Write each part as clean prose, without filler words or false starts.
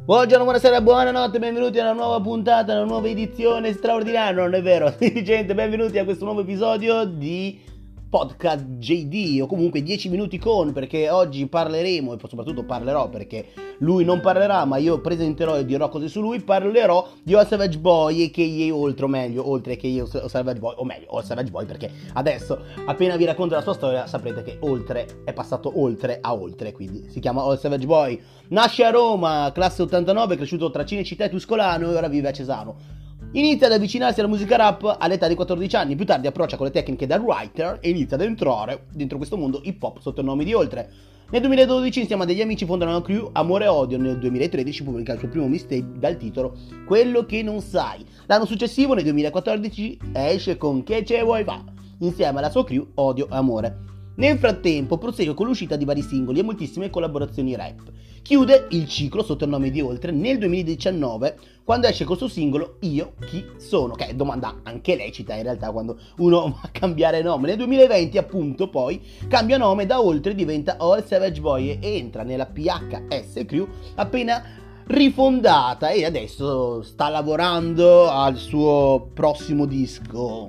Buongiorno, buonasera, buonanotte, benvenuti a una nuova puntata, a una nuova edizione straordinaria, non è vero? Gente, benvenuti a questo nuovo episodio di Podcast JD, o comunque 10 minuti con, perché oggi parleremo, e soprattutto parlerò, perché lui non parlerà, ma io presenterò e dirò cose su lui, parlerò di All Savage Boy, oltre che io Savage Boy, o meglio, All Savage Boy, perché adesso, appena vi racconto la sua storia, saprete che oltre è passato oltre a oltre, quindi si chiama All Savage Boy. Nasce a Roma, classe 89, cresciuto tra Cinecittà e Tuscolano e ora vive a Cesano. Inizia ad avvicinarsi alla musica rap all'età di 14 anni, più tardi approccia con le tecniche da writer e inizia ad entrare dentro questo mondo hip hop sotto il nome di Oltre. Nel 2012 insieme a degli amici fondano una crew, Amore e Odio. Nel 2013 pubblica il suo primo mixtape dal titolo Quello che non sai. L'anno successivo, nel 2014, esce con Che ce vuoi va, insieme alla sua crew Odio e Amore. Nel frattempo prosegue con l'uscita di vari singoli e moltissime collaborazioni rap. Chiude il ciclo sotto il nome di Oltre nel 2019 quando esce col suo singolo Io chi sono, che è domanda anche lecita in realtà quando uno va a cambiare nome. Nel 2020 appunto poi cambia nome, da Oltre diventa All Savage Boy e entra nella PHS Crew appena rifondata e adesso sta lavorando al suo prossimo disco.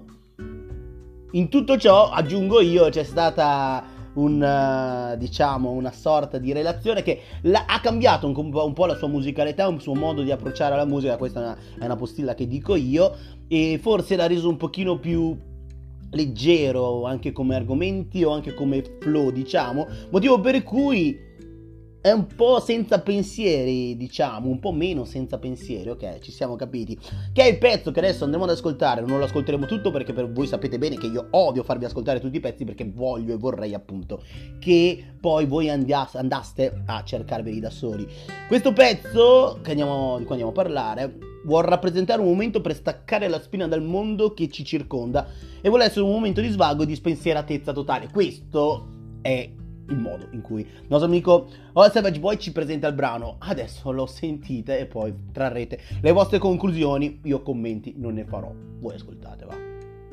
In tutto ciò, aggiungo io, c'è stata una sorta di relazione che ha cambiato un po' la sua musicalità, un suo modo di approcciare alla musica. Questa è una postilla che dico io, e forse l'ha reso un pochino più leggero anche come argomenti o anche come flow, diciamo, motivo per cui è un po' senza pensieri, diciamo, un po' meno senza pensieri, ok, ci siamo capiti. Che è il pezzo che adesso andremo ad ascoltare, non lo ascolteremo tutto perché per voi sapete bene che io odio farvi ascoltare tutti i pezzi, perché voglio e vorrei appunto che poi voi andaste a cercarveli da soli. Questo pezzo di cui andiamo a parlare vuol rappresentare un momento per staccare la spina dal mondo che ci circonda e vuole essere un momento di svago e di spensieratezza totale. Questo è il modo in cui il nostro amico All Savage Boy ci presenta il brano. Adesso lo sentite e poi trarrete le vostre conclusioni. Io commenti non ne farò, voi ascoltate, va.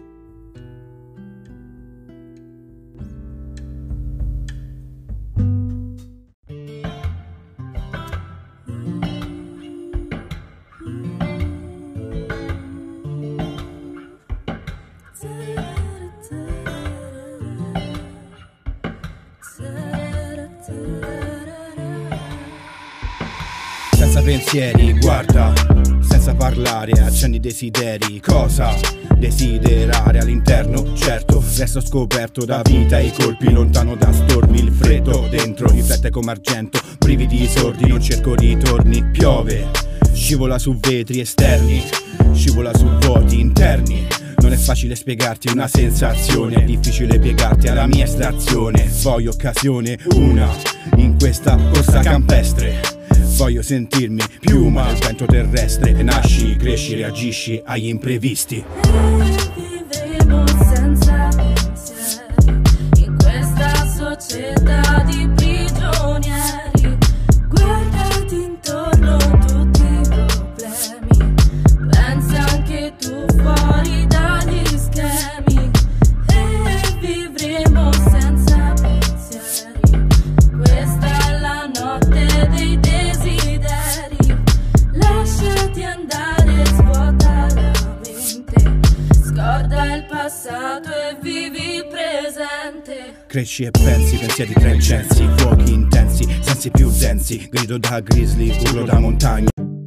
Senza pensieri, guarda, senza parlare, accendi desideri. Cosa desiderare all'interno? Certo, resto scoperto da vita e i colpi, lontano da stormi. Il freddo dentro riflette come argento, brividi sordi, non cerco ritorni. Piove, scivola su vetri esterni, scivola su vuoti interni. Non è facile spiegarti una sensazione, è difficile piegarti alla mia estrazione. Voglio occasione, una, in questa corsa campestre. Voglio sentirmi piuma nel vento terrestre. Nasci, cresci, reagisci agli imprevisti. Vivremo senza pensieri in questa società di prigionieri. Guardati intorno, tutti i problemi. Pensa anche tu fuori dagli schemi. E vivremo senza pensieri. Questa è la notte dei desideri. Lasciati andare, svuota la mente. Scorda il passato e vivi il presente. Cresci e pensi, pensieri tra incensi, fuochi intensi, sensi più densi. Grido da grizzly, urlo da montagna.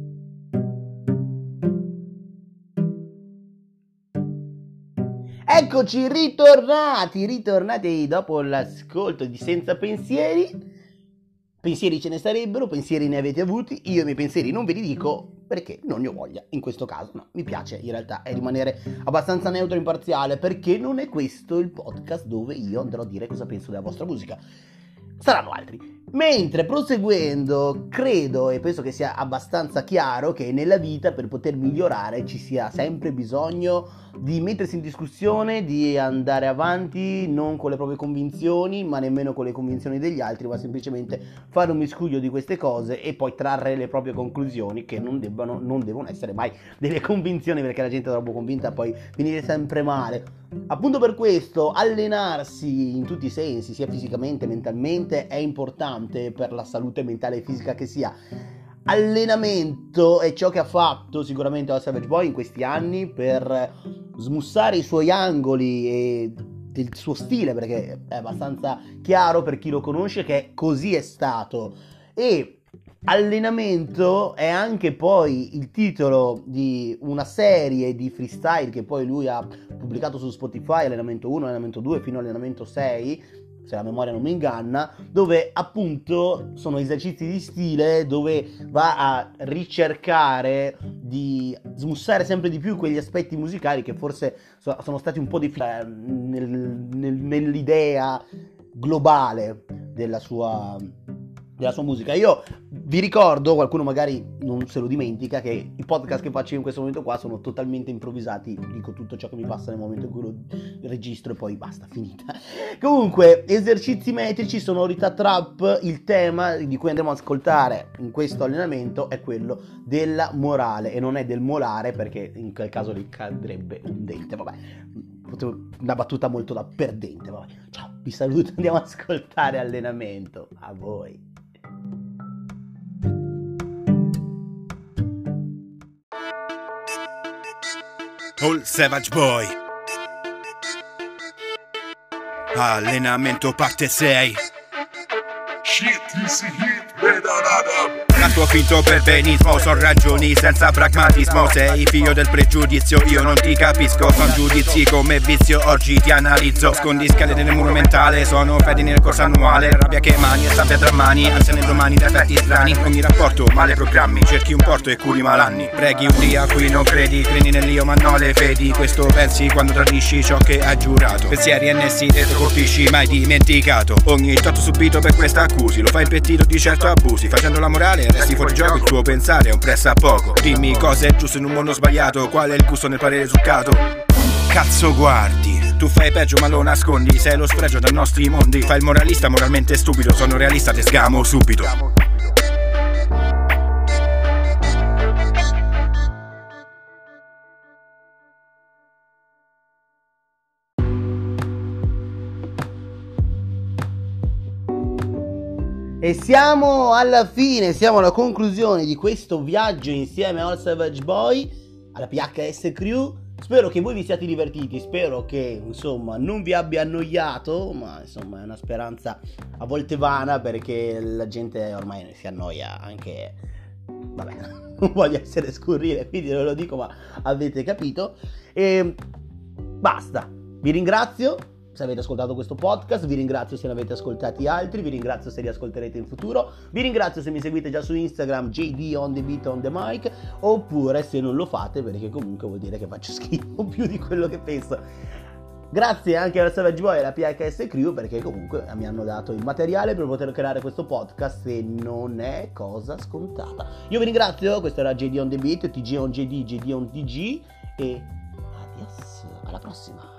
Eccoci ritornati dopo l'ascolto di Senza Pensieri. Pensieri ce ne sarebbero, pensieri ne avete avuti, io i miei pensieri non ve li dico perché non ne ho voglia in questo caso. No, mi piace in realtà rimanere abbastanza neutro e imparziale, perché non è questo il podcast dove io andrò a dire cosa penso della vostra musica. Saranno altri. Mentre proseguendo, credo e penso che sia abbastanza chiaro che nella vita, per poter migliorare, ci sia sempre bisogno di mettersi in discussione, di andare avanti non con le proprie convinzioni, ma nemmeno con le convinzioni degli altri, ma semplicemente fare un miscuglio di queste cose e poi trarre le proprie conclusioni, che non devono essere mai delle convinzioni, perché la gente è troppo convinta poi finire sempre male. Appunto per questo allenarsi in tutti i sensi, sia fisicamente, mentalmente, è importante per la salute mentale e fisica che sia. allenamento è ciò che ha fatto sicuramente la Savage Boy in questi anni per smussare i suoi angoli e del suo stile, perché è abbastanza chiaro per chi lo conosce che così è stato. E allenamento è anche poi il titolo di una serie di freestyle che poi lui ha pubblicato su Spotify, allenamento 1, allenamento 2 fino all'allenamento 6, se la memoria non mi inganna, dove appunto sono esercizi di stile dove va a ricercare di smussare sempre di più quegli aspetti musicali che forse sono stati un po' nell'idea globale della sua musica. Io vi ricordo, qualcuno magari non se lo dimentica, che i podcast che faccio in questo momento qua sono totalmente improvvisati, dico tutto ciò che mi passa nel momento in cui lo registro e poi basta, finita. Comunque, esercizi metrici, sonorità trap, il tema di cui andremo ad ascoltare in questo allenamento è quello della morale e non è del molare, perché in quel caso lì cadrebbe un dente, vabbè. Una battuta molto da perdente, vabbè. Ciao, vi saluto, andiamo ad ascoltare allenamento, a voi. All Savage Boy. Allenamento parte 6. Canto finto perbenismo, son ragioni senza pragmatismo. Sei figlio del pregiudizio, io non ti capisco. Son giudizi come vizio, oggi ti analizzo. Scondi scale nel monumentale, sono fedi nel corso annuale. Rabbia che mani e sabbia tra mani, ansia nei domani da effetti strani. Ogni rapporto, male programmi, cerchi un porto e curi malanni. Preghi un Dio a cui non credi, credi nell'io ma no le fedi. Questo pensi quando tradisci ciò che hai giurato. Pensieri annessi e te colpisci, mai dimenticato. Ogni tratto subito per questa accusi, lo fai impettito di certo abusi. Facendo la morale resti fuori gioco, il tuo pensare è un pressa poco. Dimmi cosa è giusto in un mondo sbagliato, qual è il gusto nel parere succato. Cazzo guardi, tu fai peggio ma lo nascondi, sei lo sfregio dai nostri mondi. Fai il moralista moralmente stupido, sono realista, te sgamo subito. E siamo alla fine, siamo alla conclusione di questo viaggio insieme a All Savage Boy, alla PHS Crew. Spero che voi vi siate divertiti, spero che insomma non vi abbia annoiato, ma insomma è una speranza a volte vana perché la gente ormai si annoia anche, vabbè, non voglio essere scurrile, quindi non lo dico, ma avete capito. E basta, vi ringrazio se avete ascoltato questo podcast, vi ringrazio se ne avete ascoltati altri, vi ringrazio se li ascolterete in futuro, vi ringrazio se mi seguite già su Instagram, JD on the beat on the mic, oppure se non lo fate perché comunque vuol dire che faccio schifo più di quello che penso. Grazie anche alla Savage Boy e alla PHS Crew perché comunque mi hanno dato il materiale per poter creare questo podcast e non è cosa scontata. Io vi ringrazio, questo era JD on the beat, TG on JD, JD on TG e adios, alla prossima.